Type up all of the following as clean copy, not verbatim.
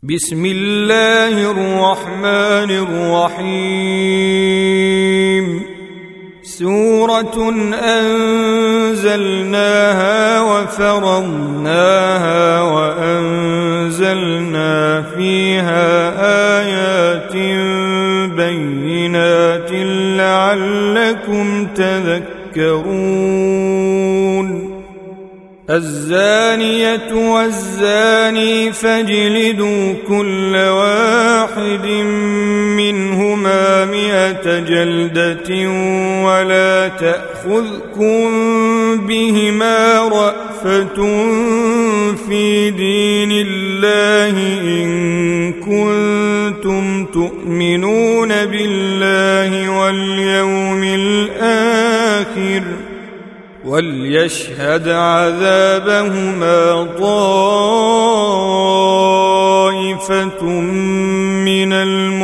بسم الله الرحمن الرحيم سورة أنزلناها وفرضناها وأنزلنا فيها آيات بينات لعلكم تذكرون الزانية والزاني فاجلدوا كل واحد منهما 100 جلدة ولا تأخذكم بهما رأفة في دين الله إن كنتم تؤمنون بالله واليوم الآخر وليشهد عذابهما طائفة من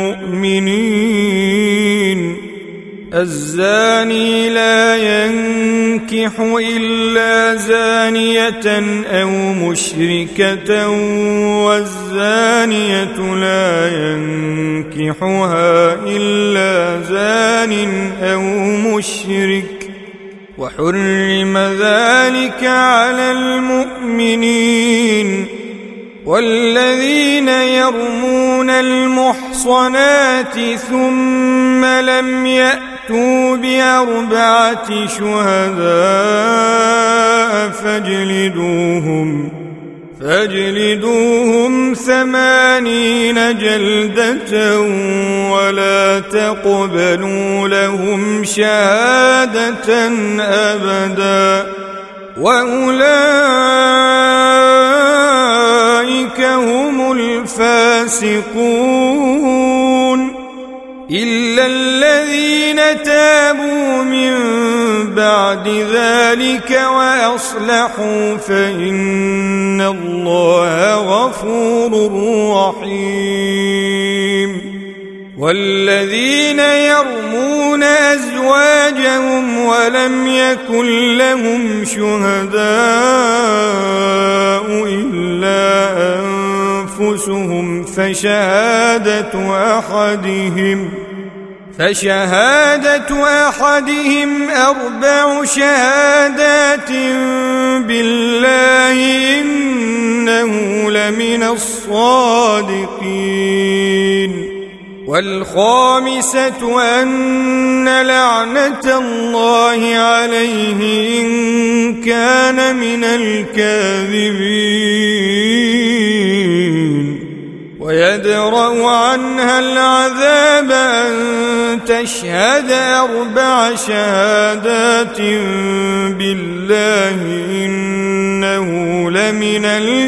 المؤمنين الزاني لا ينكح إلا زانية أو مشركة والزانية لا ينكحها إلا زان أو مشرك وحرم ذلك على المؤمنين والذين يرمون المحصنات ثم لم يأتوا ب4 شهداء فاجلدوهم 80 جلدة ولا تقبلوا لهم شهادة أبدا وأولئك هم الفاسقون إلا الذين تابوا من بعد ذلك وأصلحوا فإن الله غفور رحيم والذين يرمون أزواجهم ولم يكن لهم شهداء إلا أنفسهم فشهادة أحدهم 4 شهادات بالله إنه لمن الصادقين والخامسة أن لعنة الله عليه إن كان من الكاذبين ويدرأ عنها العذاب أن تشهد 4 شهادات بالله إنه لمن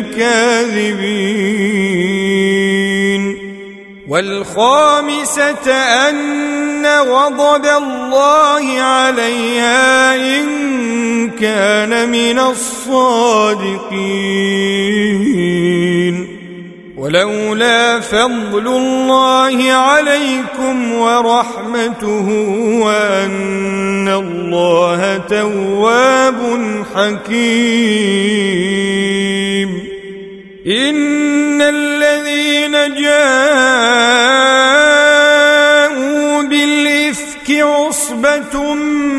الكاذبين والخامسة أن غضب الله عليها إن كان من الصادقين ولولا فضل الله عليكم ورحمته وأن الله تواب حكيم إن الذين جاءوا بالإفك عصبة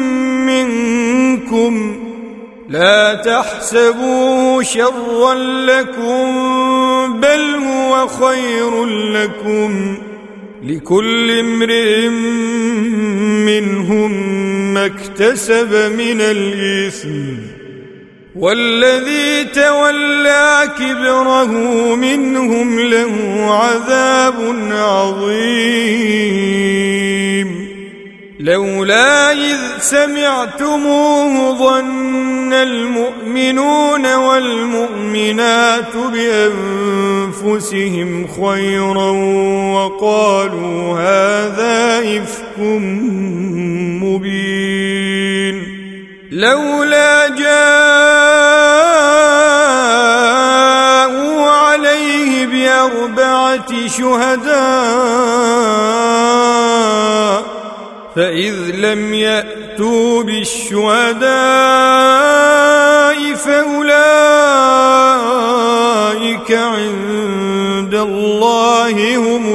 منكم لا تحسبوه شرا لكم بل هو خير لكم لكل امرئ منهم ما اكتسب من الإثم والذي تولى كبره منهم له عذاب عظيم لولا إذ سمعتموه ظن المؤمنون والمؤمنات بأنفسهم خيرا وقالوا هذا إفك مبين لولا جاءوا عليه ب4 شهداء فإذ لم يأتوا بالشهداء فأولئك عند الله هم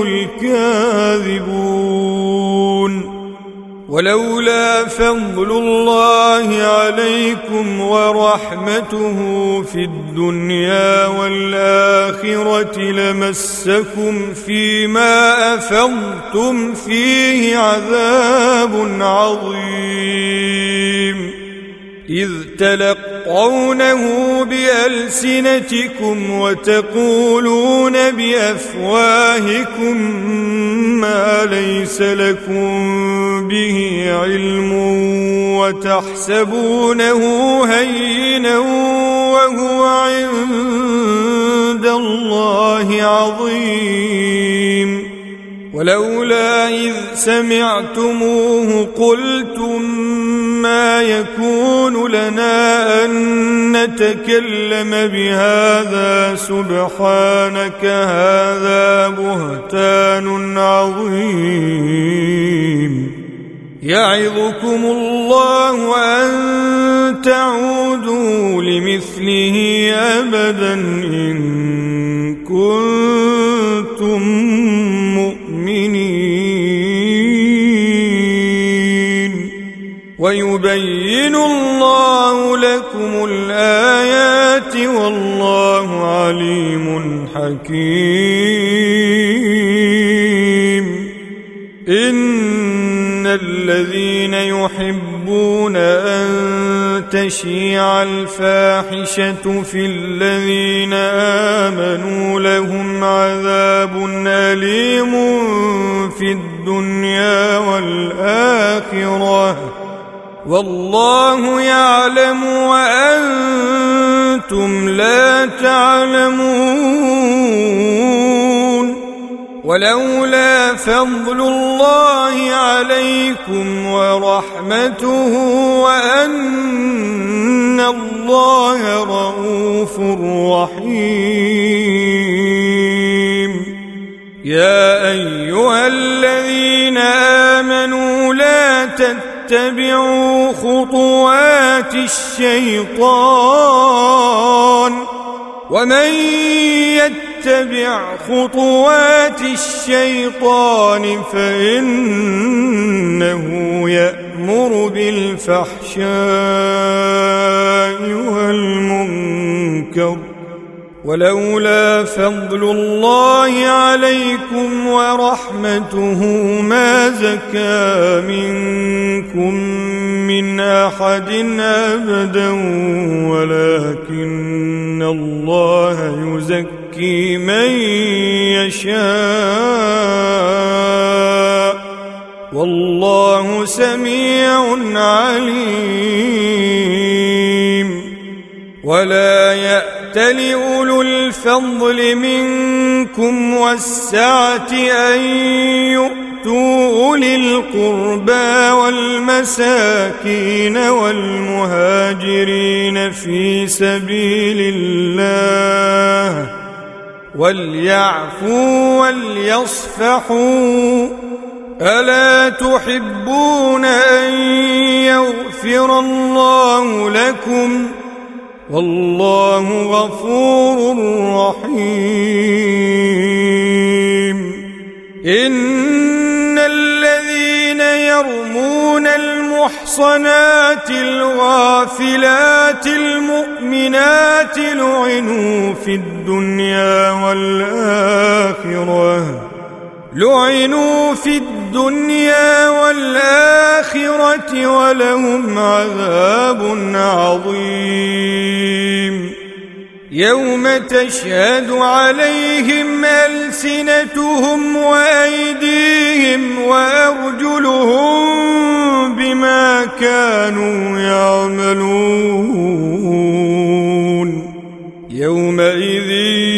الكاذبون ولولا فضل الله عليكم ورحمته في الدنيا والآخرة لمسكم فيما أفضتم فيه عذاب عظيم إذ تلقونه بألسنتكم وتقولون بأفواهكم ما ليس لكم به علم وتحسبونه هينا وهو عند الله عظيم ولولا إذ سمعتموه قلتم ما يكون لنا أن نتكلم بهذا سبحانك هذا بهتان عظيم يعظكم الله أن تعودوا لمثله أبدا إن كنتم مؤمنين ويبين الله لكم الآيات والله عليم حكيم إن الذين يحبون أن تشيع الفاحشة في الذين آمنوا لهم عذاب أليم في الدنيا والآخرة والله يعلم وأنتم لا تعلمون ولولا فضل الله عليكم ورحمته وأن الله رؤوف رحيم يا أيها الذين آمنوا لا تتبعوا خطوات الشيطان ومن يتبع خطوات الشيطان فإنه يأمر بالفحشاء والمنكر ولولا فضل الله عليكم ورحمته ما زكى منكم من أحد أبدا ولكن الله يزكي من يشاء والله سميع عليم ولا يأتل أولو الفضل منكم والسعة أن يؤتوا أولي القربى والمساكين والمهاجرين في سبيل الله وليعفوا وليصفحوا ألا تحبون أن يغفر الله لكم والله غفور رحيم إن الذين يرمون المحصنات الغافلات المؤمنات لعنوا في الدنيا والآخرة ولهم عذاب عظيم يوم تشهد عليهم ألسنتهم وأيديهم وأرجلهم بما كانوا يعملون يومئذ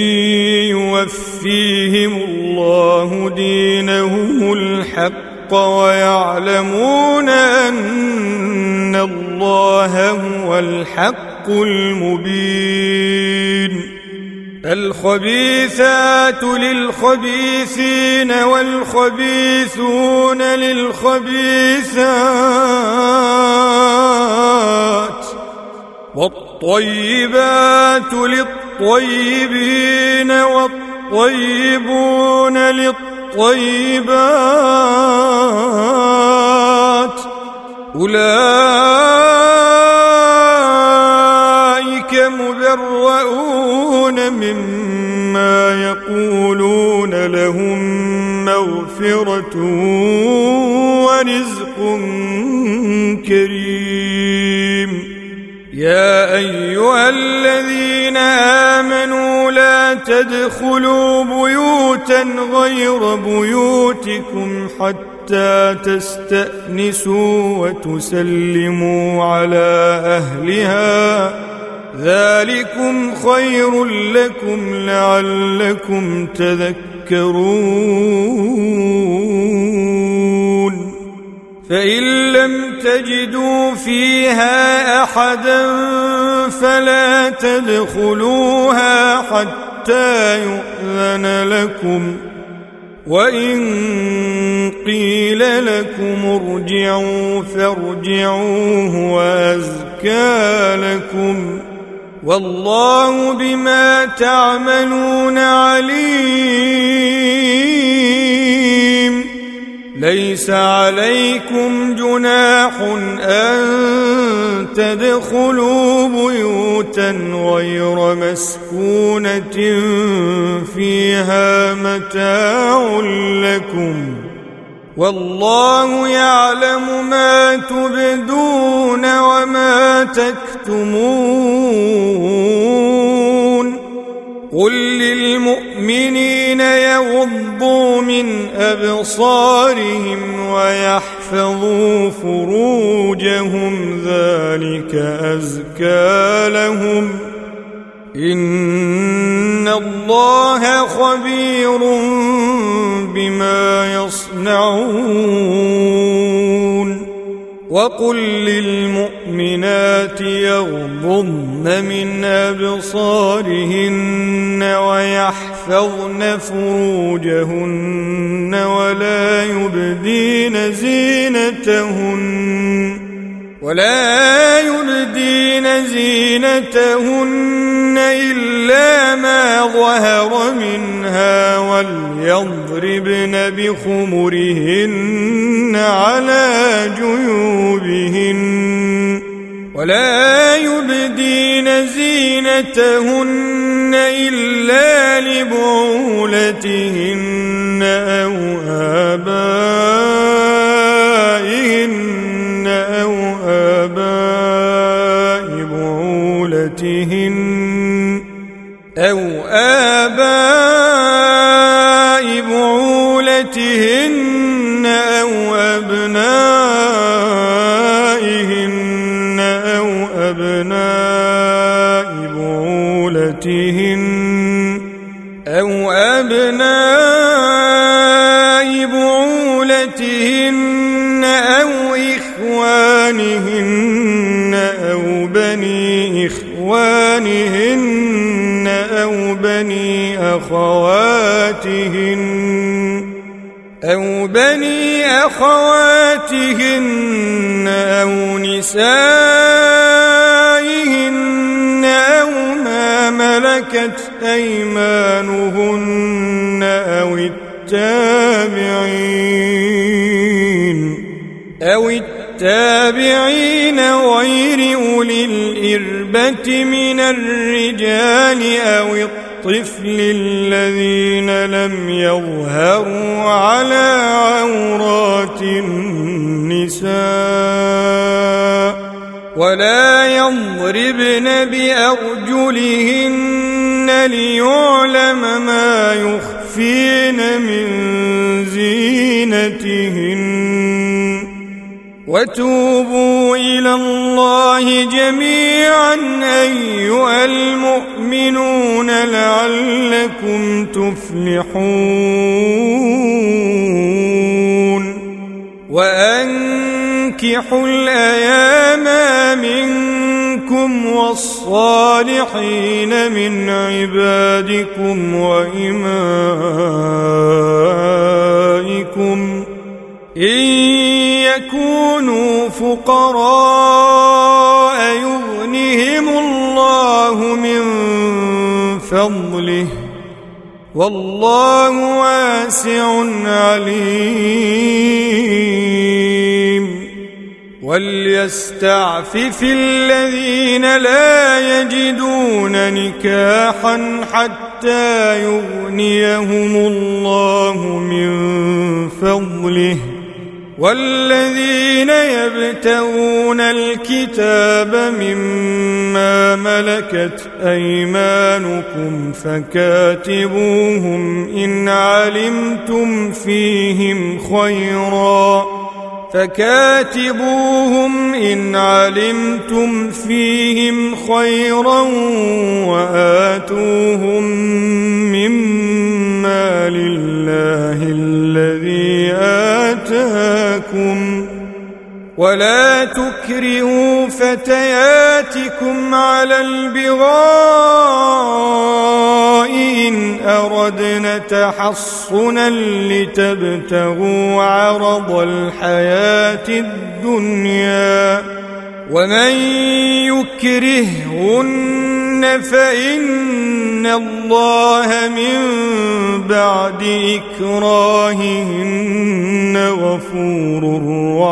يوفيهم الله دينهم الحق ويعلمون أن الله هو الحق المبين الخبيثات للخبيثين والخبيثون للخبيثات والطيبات للطيبين والطيبون للطيبات أولئك مبرؤون مما يقولون لهم مغفرة ورزق كريم يا أيها الذين آمنوا لا تدخلوا بيوتا غير بيوتكم حتى تستأنسوا وتسلموا على أهلها ذلكم خير لكم لعلكم تذكرون فإن لم تجدوا فيها أحدا فلا تدخلوها حتى يؤذن لكم وإن قيل لكم ارجعوا فارجعوا هو أزكى لكم والله بما تعملون عليم ليس عليكم جناح أن تدخلوا بيوتا غير مسكونة فيها متاع لكم والله يعلم ما تبدون وما تكتمون قل للمؤمنين يغضوا من أبصارهم ويحفظوا فروجهم ذلك أزكى لهم إن الله خبير بما يصنعون وقل للمؤمنات يغضضن من أبصارهن ويحفظن فروجهن ولا يبدين زينتهن إلا ما ظهر منها وليضربن بخمرهن على جيوبهن ولا يبدين زينتهن إلا لبعولتهن أو آبائهن أو آباء بعولتهن أو أبنائهن أو أبناء بعولتهن أو إخوانهن أو بني إخوانهن أو بني أخواتهن أو نسائهن أو ما ملكت أيمانهن أو التابعين غير أولي الإربة من الرجال أو الطفل الذين لم يظهروا على عورات النساء ولا يضربن بأرجلهن ليعلم ما يخفين من زينتهن وتوبوا إلى الله جميعا أيها المؤمنون لعلكم تفلحون وأنكحوا الأيام منكم والصالحين من عبادكم وإمائكم إن يكونوا فقراء يغنهم الله من فضله والله واسع عليم. وليستعفف الذين لا يجدون نكاحا حتى يغنيهم الله من فضله، والذين يبتغون الكتاب مما ملكت أيمانكم فكاتبوهم إن علمتم فيهم خيرا وآتوهم مما لله الذي آتاكم، ولا تكرهوا فتياتكم على البغاء إن أردنا تحصنا لتبتغوا عرض الحياة الدنيا، ومن يكرههن فإن الله من بعد إكراههن غفور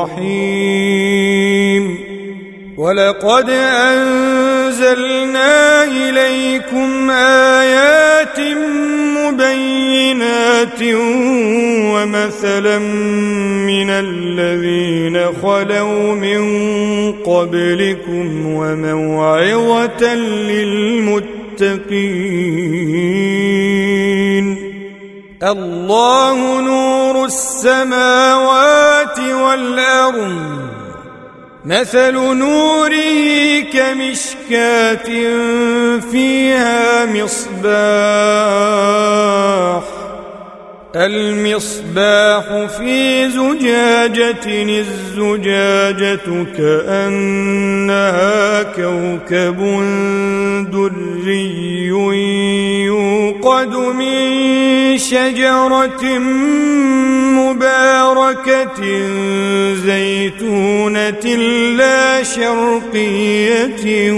رحيم. ولقد أنزلنا إليكم آيات مبينات ومثلا من الذين خلوا من قبلكم وموعظة للمتقين. الله نور السماوات والأرض، مثل نوره كمشكاة فيها المصباح في زجاجة، الزجاجة كأنها كوكب دري يوقد من شجرة مباركة زيتونة لا شرقية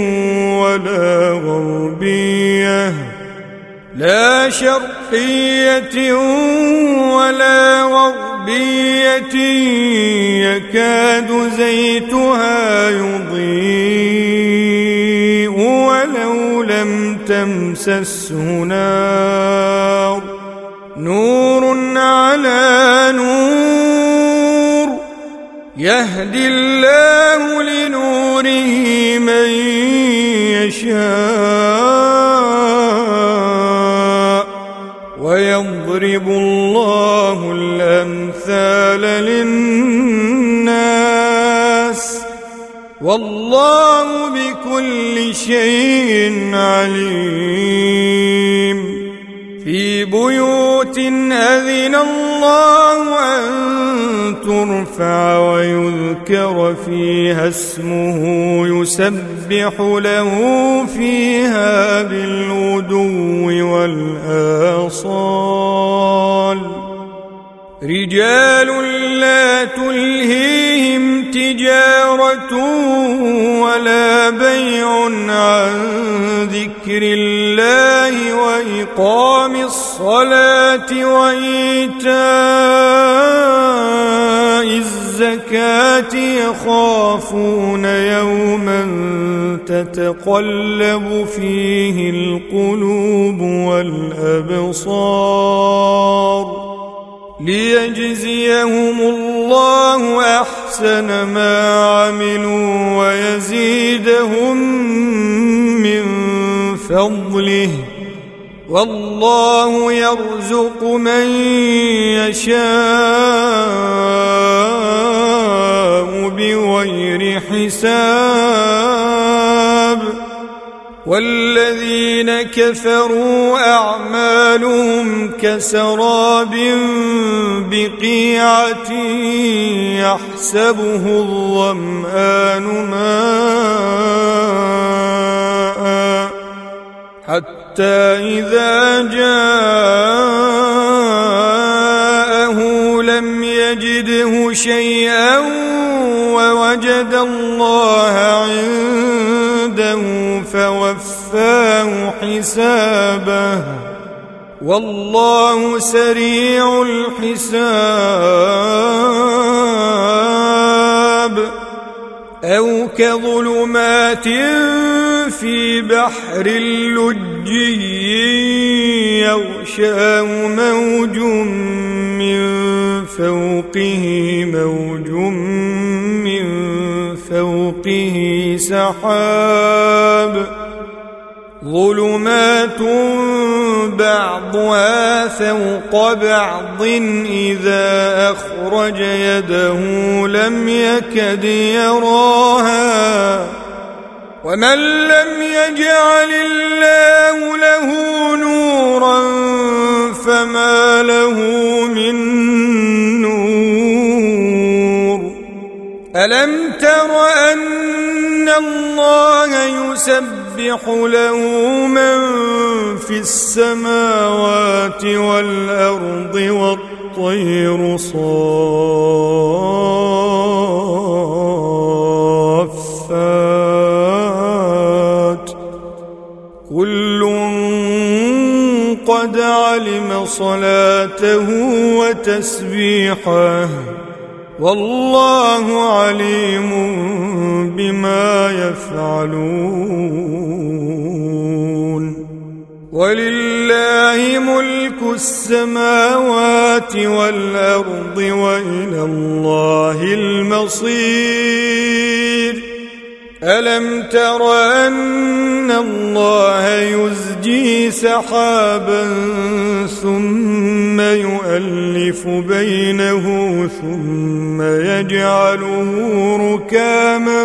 ولا غربية يكاد زيتها يضيء ولو لم تمسسه نار، نور على نور، يهدي الله لنوره من يشاء، ويضرب الله الأمثال للناس، والله بكل شيء عليم. في بيوت أذن الله أن ترفع ويذكر فيها اسمه يسبح له فيها بالغدو والآصال. رجال لا تلهيهم تجارة ولا بيع عن ذكر الله وإقام الصلاة وإيتاء الزكاة يخافون يوما تتقلب فيه القلوب والأبصار، ليجزيهم الله أحسن ما عملوا ويزيدهم من فضله، والله يرزق من يشاء بغير حساب. والذين كفروا أعمالهم كسراب بقيعة يحسبه الظمآن ماء حتى إذا جاءه لم يجده شيئا ووجد الله عنده فوفاه حسابه والله سريع الحساب. أو كظلمات في بحر لجي يغشاه موج من فوقه سحاب ظلمات بعضها فوق بعض إذا أخرج يده لم يكد يراها ومن لم يجعل الله له نورا فما له من نور. ألم تر أن الله يسبح له من في السماوات والأرض والطير صافات كل قد علم صلاته وتسبيحه والله عليم بما يفعلون. ولله ملك السماوات والأرض وإلى الله المصير. ألم تر أن الله يزجي سحابا ثم يؤلف بينه ثم يجعله ركاما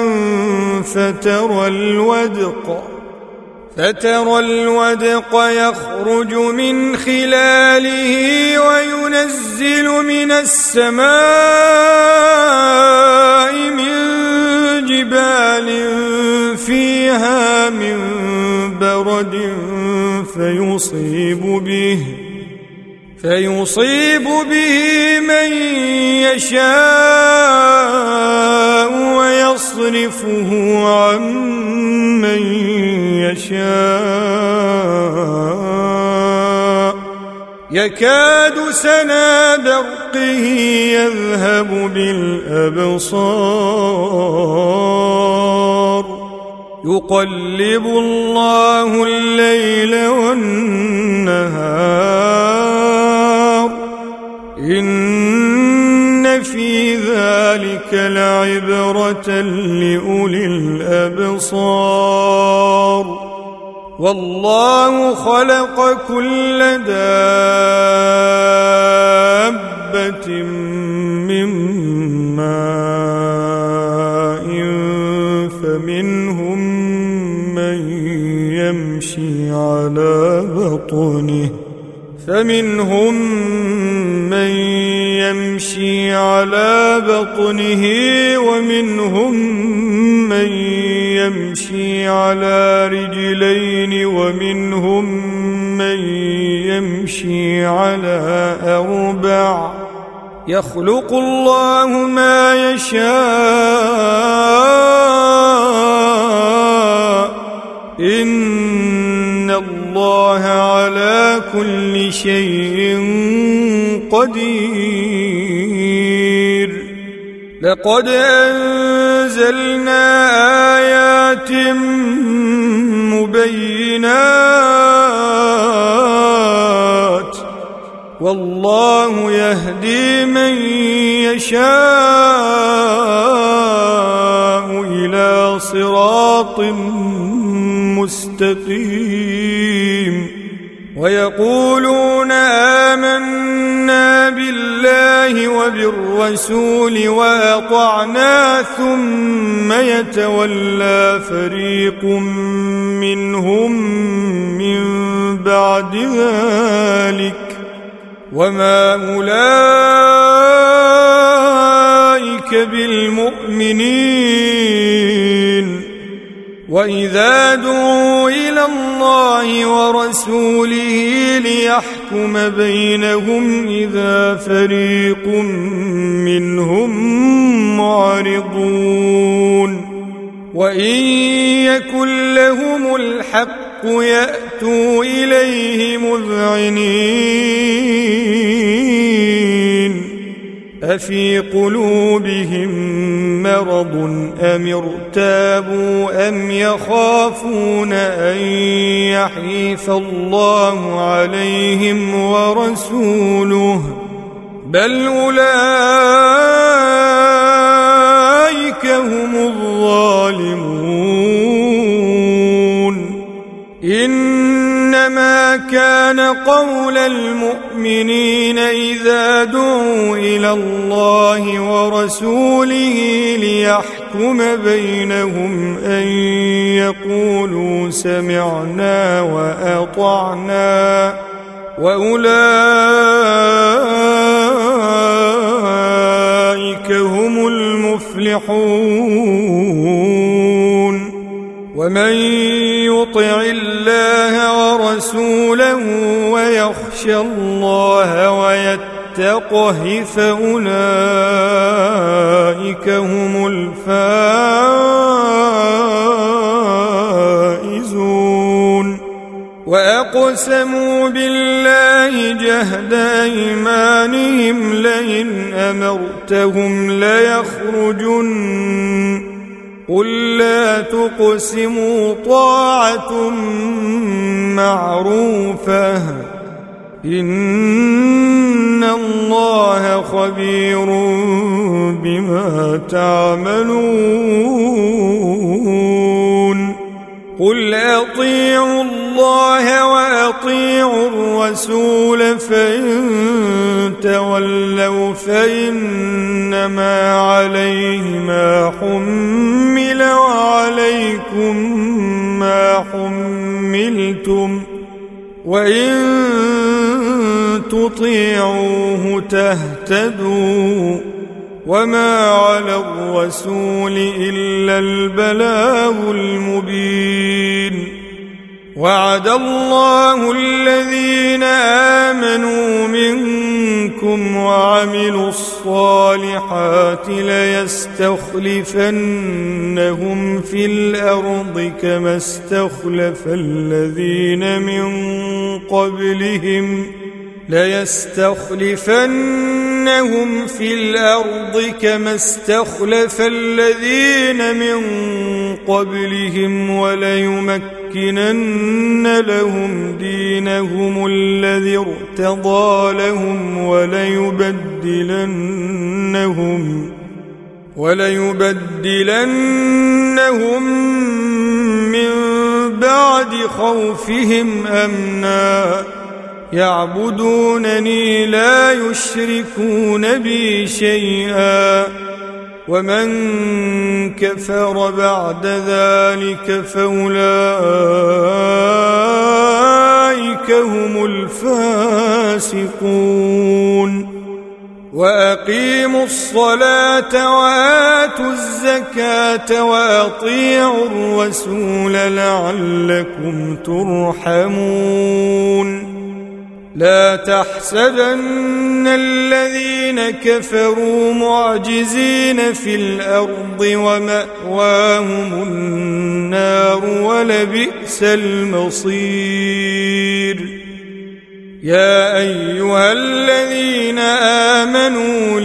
فترى الودق يخرج من خلاله وينزل من السماء من جبال فيها من برد فيصيب به من يشاء ويصرفه عن من يشاء يكاد سنا برقه يذهب بالأبصار يقلب الله الليل والنهار إن في ذلك لعبرة لأولي الأبصار. والله خلق كل دابة من ماء فمنهم من يمشي على بطنه ومنهم من يمشي على رجلين ومنهم من يمشي على أربع يخلق الله ما يشاء إن الله على كل شيء قدير. لقد أنزلنا آيات مبينات والله يهدي من يشاء إلى صراط مستقيم. ويقولون آمنا بالله وبالرسول وأطعنا ثم يتولى فريق منهم من بعد ذلك وما أولئك بالمؤمنين. وإذا دعوا إلى الله ورسوله ليحكم بينهم إذا فريق منهم معرضون. وإن يكن لهم الحق يأتوا إليه مذعنين أفي قلوبهم مرض أم ارتابوا أم يخافون أن يحيف الله عليهم ورسوله بل أولئك هم الظالمون إنما كان قول المؤمنين إذا دعوا إلى الله ورسوله ليحكم بينهم أن يقولوا سمعنا وأطعنا وأولئك هم المفلحون ومن يطع الله ورسوله ويخشى الله ويتقه فأولئك هم الفائزون وأقسموا بالله جهد أيمانهم لئن أمرتهم ليخرجن قل لا تقسموا طاعة معروفة إن الله خبير بما تعملون قل أطيعوا الله وأطيعوا الرسول فإن تولوا فإنما عليه ما حمل وعليكم ما حملتم وإن تطيعوه تهتدوا وما على الرسول إلا البلاغ المبين وعد الله الذين آمنوا منكم وعملوا الصالحات ليستخلفنهم في الأرض كما استخلف الذين من قبلهم وليمكنن لهم دينهم الذي ارتضى لهم وليبدلنهم من بعد خوفهم أمنا يعبدونني لا يشركون بي شيئا ومن كفر بعد ذلك فأولئك هم الفاسقون وأقيموا الصلاة وآتوا الزكاة وأطيعوا الرسول لعلكم ترحمون لا تحسبن الذين كفروا معجزين في الأرض ومأواهم النار ولبئس المصير يا أيها الذين آمنوا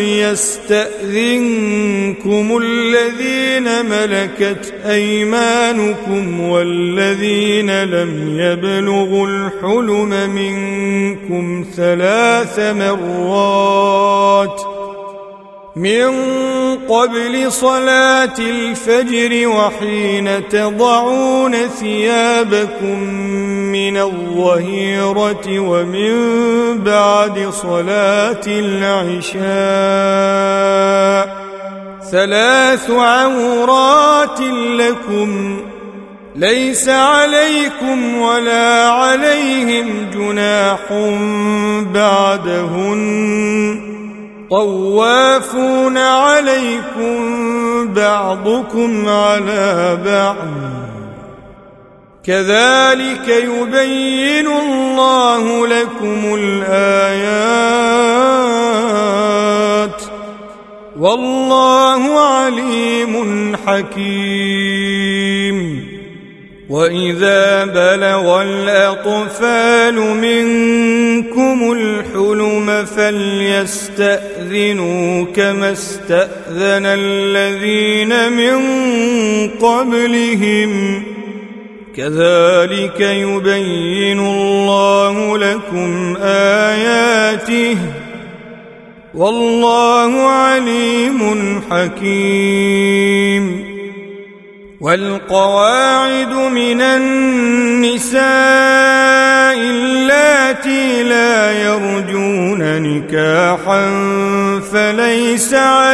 ليستأذنكم الذين ملكت أيمانكم والذين لم يبلغوا الحلم منكم 3 مرات من قبل صلاة الفجر وحين تضعون ثيابكم من الظهيرة ومن بعد صلاة العشاء 3 عورات لكم ليس عليكم ولا عليهم جناح بعدهن طوافون عليكم بعضكم على بعض كذلك يبين الله لكم الآيات والله عليم حكيم وإذا بلغ الأطفال منكم الحلم فليستأذنوا كما استأذن الذين من قبلهم كذلك يبين الله لكم آياته والله عليم حكيم. والقواعد من النساء اللاتي لا يرجون نكاحا فليس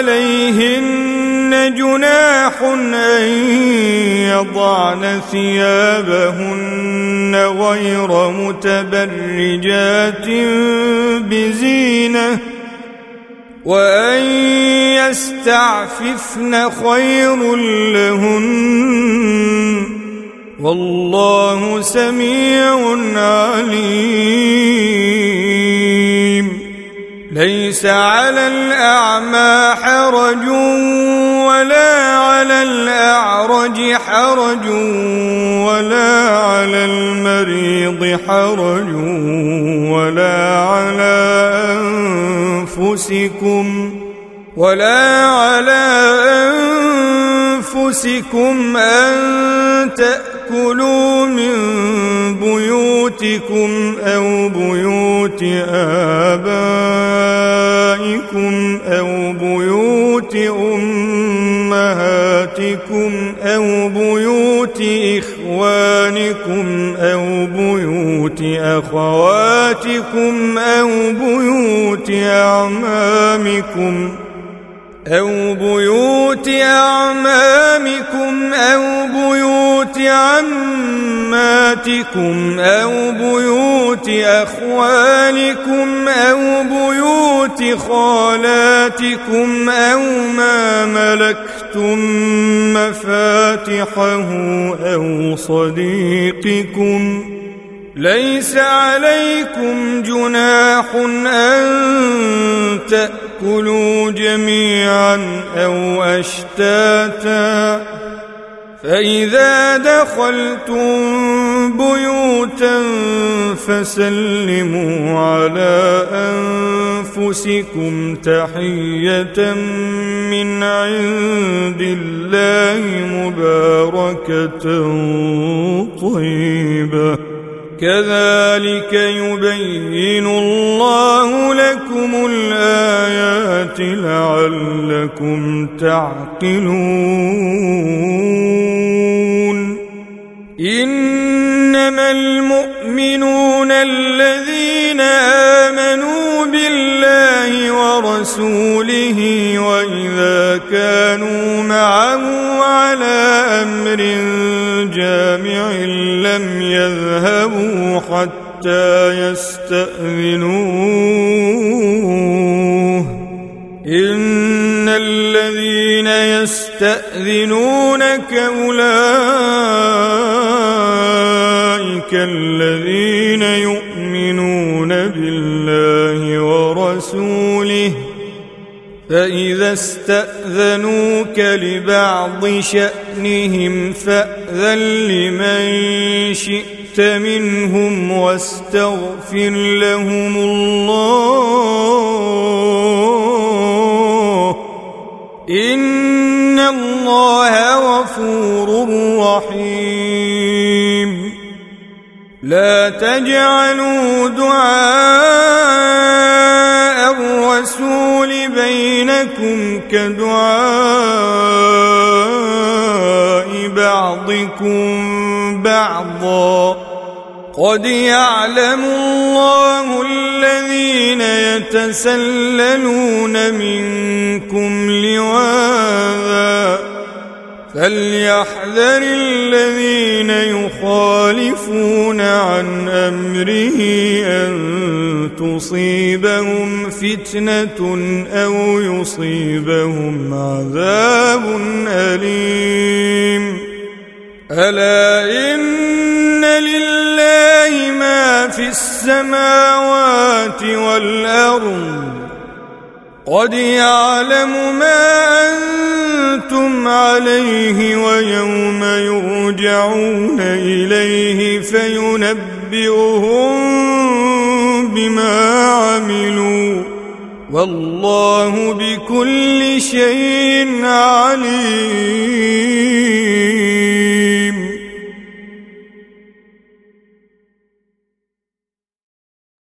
عليهن جناح أن يضعن ثيابهن غير متبرجات بزينة وأن يستعففن خير لهن والله سميع عليم. ليس على الأعمى حرج ولا على الأعرج حرج ولا على المريض حرج ولا على أنفسكم أن تأكلوا من بيوتكم أو بيوت آبائكم أو بيوت أمهاتكم أو بيوت إخوانكم أو بيوت أخواتكم أو بيوت أعمامكم أو بيوت عماتكم أو بيوت أخوالكم أو بيوت خالاتكم أو ما ملكتم مفاتحه أو صديقكم. ليس عليكم جناح أن تأكلوا جميعا أو أشتاتا فإذا دخلتم بيوتا فسلموا على أنفسكم تحية من عند الله مباركة طيبة كذلك يبين الله لكم الآيات لعلكم تعقلون. إنما المؤمنون الذين آمنوا بالله ورسوله وإذا كانوا معه على أمر جامع لم يذهبوا حتى يستأذنوه. إن الذين يستأذنونك أولئك الذين يؤمنون بالله ورسوله فإذا استأذنوك لبعض شأنهم فأذن لمن شئت منهم واستغفر لهم الله إن الله غفور رحيم. لا تجعلوا دعاء الرسول بينكم كدعاء بعضكم بعضا قد يعلم الله الذين يتسللون منكم لواذا فليحذر الذين يخالفون عن أمره أن تصيبهم فتنة أو يصيبهم عذاب أليم. ألا إن لله ما في السماوات والأرض قد يعلم ما أنتم أنتم عليه ويوم يرجعون إليه فينبئهم بما عملوا والله بكل شيء عليم.